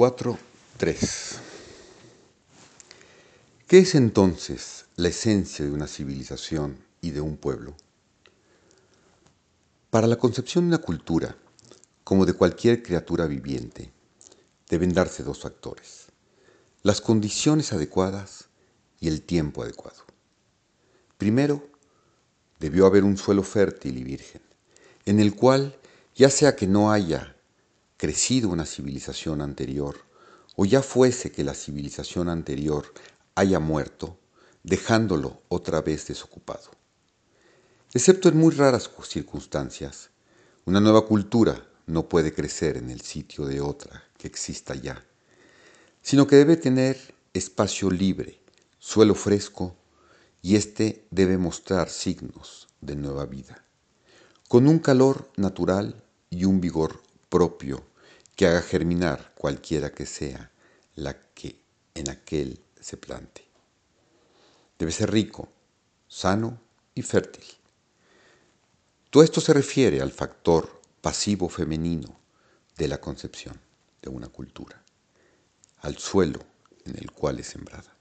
4.3. ¿Qué es entonces la esencia de una civilización y de un pueblo? Para la concepción de una cultura, como de cualquier criatura viviente, deben darse dos factores: las condiciones adecuadas y el tiempo adecuado. Primero, debió haber un suelo fértil y virgen, en el cual, ya sea que no haya crecido una civilización anterior, o ya fuese que la civilización anterior haya muerto, dejándolo otra vez desocupado. Excepto en muy raras circunstancias, una nueva cultura no puede crecer en el sitio de otra que exista ya, sino que debe tener espacio libre, suelo fresco, y éste debe mostrar signos de nueva vida, con un calor natural y un vigor propio que haga germinar cualquiera que sea la que en aquel se plante. Debe ser rico, sano y fértil. Todo esto se refiere al factor pasivo femenino de la concepción de una cultura, al suelo en el cual es sembrada.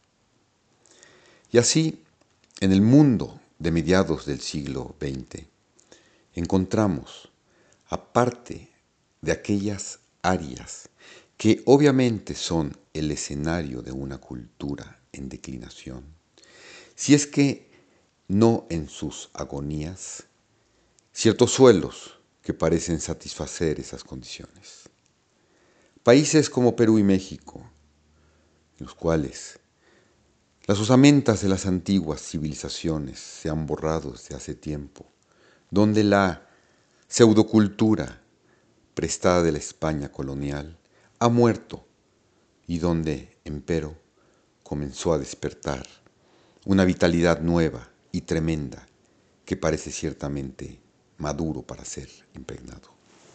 Y así, en el mundo de mediados del siglo XX, encontramos, aparte de aquellas áreas que obviamente son el escenario de una cultura en declinación, si es que no en sus agonías, ciertos suelos que parecen satisfacer esas condiciones. Países como Perú y México, en los cuales las osamentas de las antiguas civilizaciones se han borrado desde hace tiempo, donde la pseudocultura prestada de la España colonial ha muerto y donde, empero, comenzó a despertar una vitalidad nueva y tremenda que parece ciertamente maduro para ser impregnado.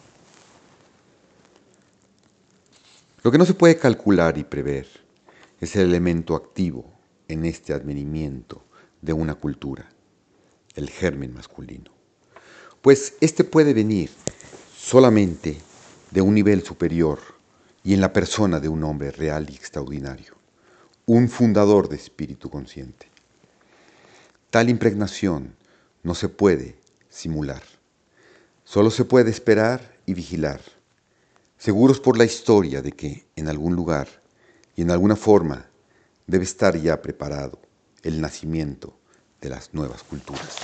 Lo que no se puede calcular y prever es el elemento activo en este advenimiento de una cultura, el germen masculino. Pues este puede venir solamente de un nivel superior y en la persona de un hombre real y extraordinario, un fundador de espíritu consciente. Tal impregnación no se puede simular, solo se puede esperar y vigilar, seguros por la historia de que en algún lugar y en alguna forma debe estar ya preparado el nacimiento de las nuevas culturas.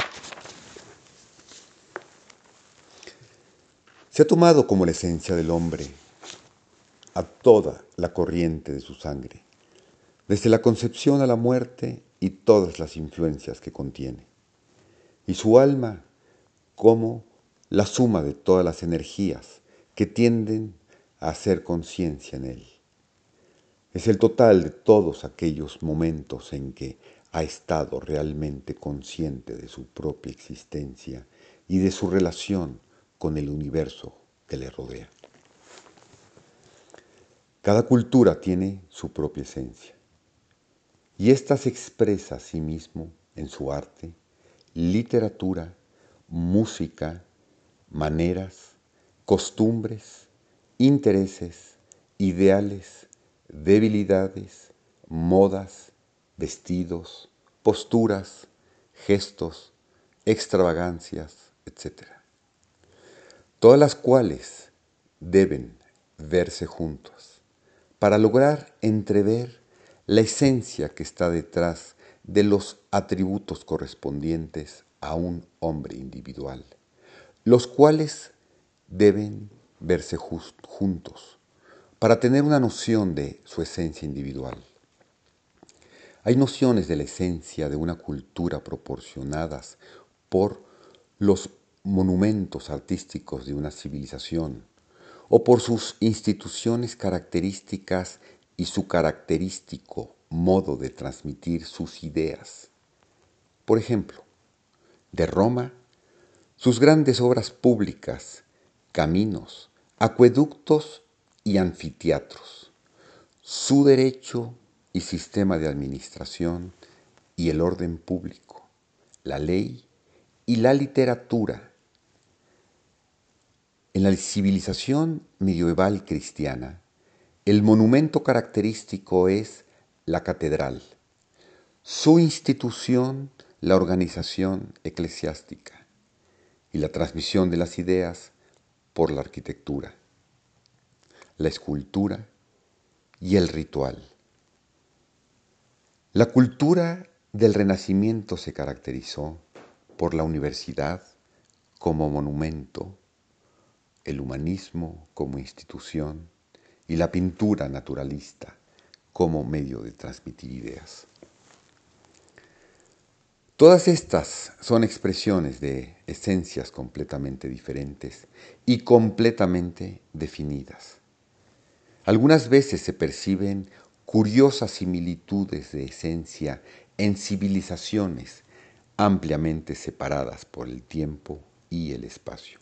Se ha tomado como la esencia del hombre a toda la corriente de su sangre, desde la concepción a la muerte y todas las influencias que contiene, y su alma como la suma de todas las energías que tienden a hacer conciencia en él. Es el total de todos aquellos momentos en que ha estado realmente consciente de su propia existencia y de su relación con el universo que le rodea. Cada cultura tiene su propia esencia y ésta se expresa a sí mismo en su arte, literatura, música, maneras, costumbres, intereses, ideales, debilidades, modas, vestidos, posturas, gestos, extravagancias, etc. Todas las cuales deben verse juntas para lograr entrever la esencia que está detrás de los atributos correspondientes a un hombre individual, los cuales deben verse juntos para tener una noción de su esencia individual. Hay nociones de la esencia de una cultura proporcionadas por los monumentos artísticos de una civilización o por sus instituciones características y su característico modo de transmitir sus ideas. Por ejemplo, de Roma, sus grandes obras públicas, caminos, acueductos y anfiteatros, su derecho y sistema de administración y el orden público, la ley y la literatura. En la civilización medieval cristiana, El monumento característico es la catedral, su institución, la organización eclesiástica y la transmisión de las ideas por la arquitectura, la escultura y el ritual. La cultura del Renacimiento se caracterizó por la universidad como monumento, el humanismo como institución y la pintura naturalista como medio de transmitir ideas. Todas estas son expresiones de esencias completamente diferentes y completamente definidas. Algunas veces se perciben curiosas similitudes de esencia en civilizaciones ampliamente separadas por el tiempo y el espacio.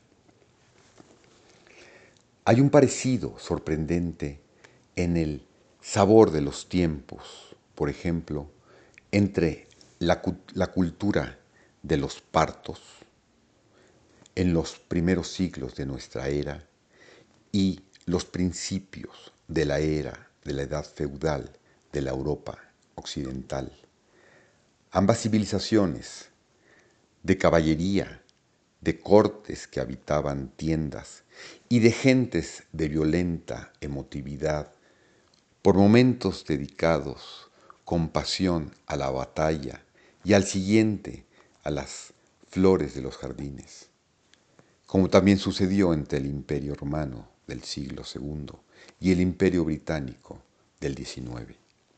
Hay un parecido sorprendente en el sabor de los tiempos, por ejemplo, entre la cultura de los partos en los primeros siglos de nuestra era y los principios de la era de la edad feudal de la Europa occidental. Ambas civilizaciones de caballería, de cortes que habitaban tiendas y de gentes de violenta emotividad, por momentos dedicados con pasión a la batalla y al siguiente a las flores de los jardines, como también sucedió entre el Imperio Romano del siglo II y el Imperio Británico del XIX.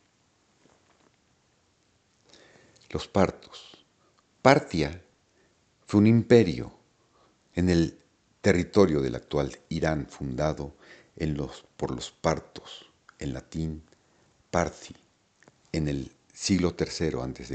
Los partos. Partia fue un imperio en el territorio del actual Irán fundado por los partos, en latín Parthi, en el siglo III a.C.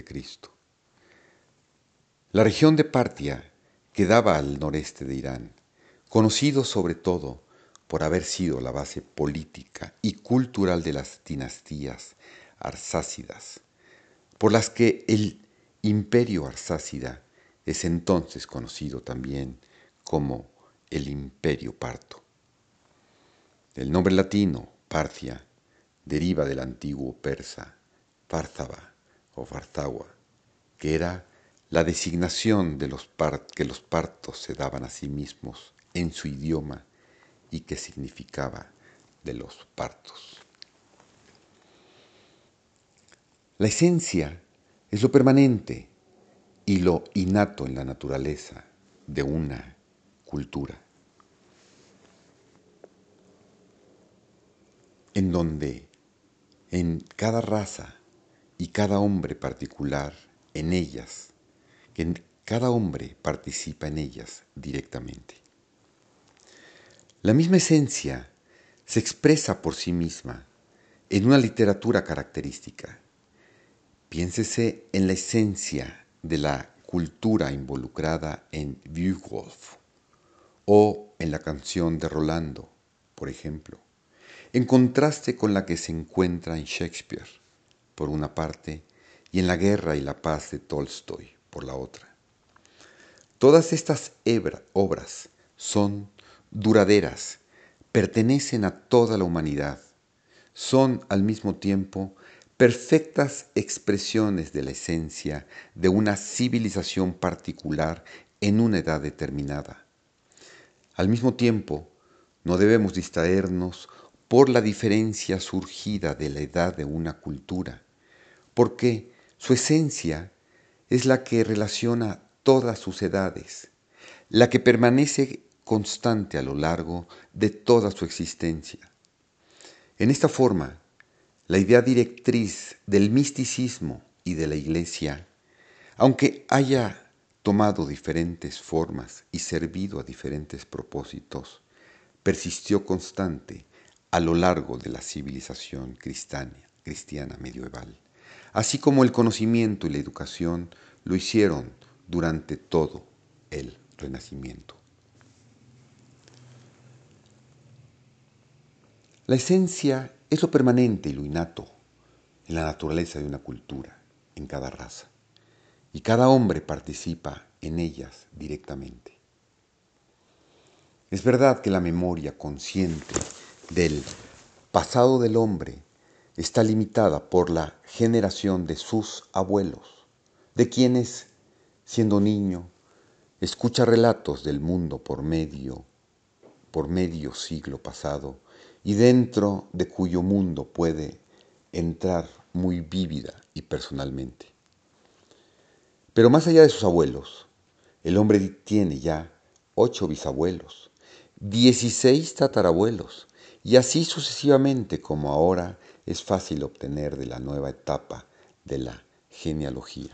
La región de Partia quedaba al noreste de Irán, conocido sobre todo por haber sido la base política y cultural de las dinastías arsácidas, por las que el imperio arsácida es entonces conocido también como el imperio parto. El nombre latino, Parthia, deriva del antiguo persa Párthava o Farthawa, que era la designación de que los partos se daban a sí mismos en su idioma y que significaba de los partos. La esencia es lo permanente y lo innato en la naturaleza de una cultura, en donde en cada raza y cada hombre particular en ellas, que cada hombre participa en ellas directamente. La misma esencia se expresa por sí misma en una literatura característica. Piénsese en la esencia de la cultura involucrada en Beowulf o en la canción de Rolando, por ejemplo, en contraste con la que se encuentra en Shakespeare, por una parte, y en La guerra y la paz de Tolstoy, por la otra. Todas estas obras son duraderas, pertenecen a toda la humanidad, son al mismo tiempo perfectas expresiones de la esencia de una civilización particular en una edad determinada. Al mismo tiempo, no debemos distraernos por la diferencia surgida de la edad de una cultura, porque su esencia es la que relaciona todas sus edades, la que permanece constante a lo largo de toda su existencia. En esta forma, la idea directriz del misticismo y de la Iglesia, aunque haya tomado diferentes formas y servido a diferentes propósitos, persistió constante a lo largo de la civilización cristiana medieval, así como el conocimiento y la educación lo hicieron durante todo el Renacimiento. La esencia es lo permanente y lo innato en la naturaleza de una cultura, en cada raza, y cada hombre participa en ellas directamente. Es verdad que la memoria consciente del pasado del hombre está limitada por la generación de sus abuelos, de quienes, siendo niño, escucha relatos del mundo por medio siglo pasado y dentro de cuyo mundo puede entrar muy vívida y personalmente. Pero más allá de sus abuelos, el hombre tiene ya 8 bisabuelos, 16 tatarabuelos y así sucesivamente como ahora es fácil obtener de la nueva etapa de la genealogía.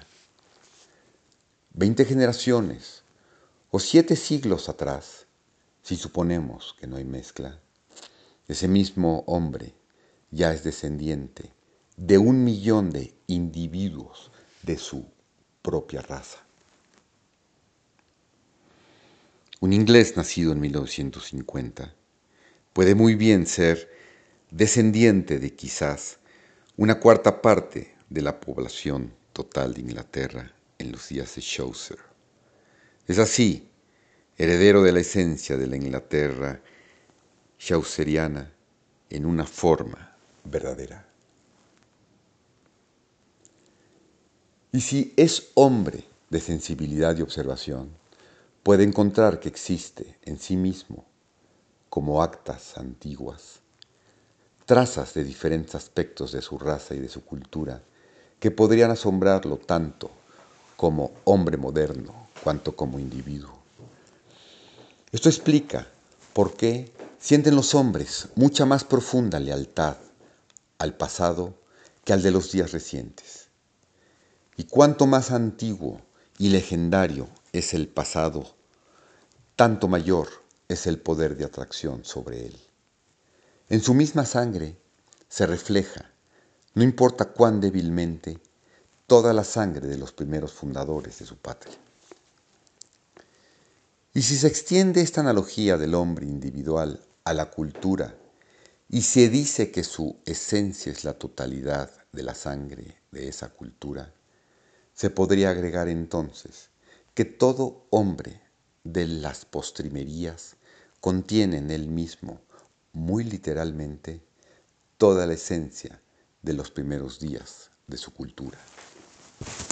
20 generaciones o 7 siglos atrás, si suponemos que no hay mezcla, ese mismo hombre ya es descendiente de 1 millón de individuos de su propia raza. Un inglés nacido en 1950 puede muy bien ser descendiente de quizás una cuarta parte de la población total de Inglaterra en los días de Chaucer. Es así, heredero de la esencia de la Inglaterra chauceriana en una forma verdadera. Y si es hombre de sensibilidad y observación, puede encontrar que existe en sí mismo, como actas antiguas, trazas de diferentes aspectos de su raza y de su cultura que podrían asombrarlo tanto como hombre moderno cuanto como individuo. Esto explica por qué sienten los hombres mucha más profunda lealtad al pasado que al de los días recientes. Y cuanto más antiguo y legendario es el pasado, tanto mayor es el poder de atracción sobre él. En su misma sangre se refleja, no importa cuán débilmente, toda la sangre de los primeros fundadores de su patria. Y si se extiende esta analogía del hombre individual a la cultura y se dice que su esencia es la totalidad de la sangre de esa cultura, se podría agregar entonces que todo hombre de las postrimerías contiene en él mismo, muy literalmente, toda la esencia de los primeros días de su cultura.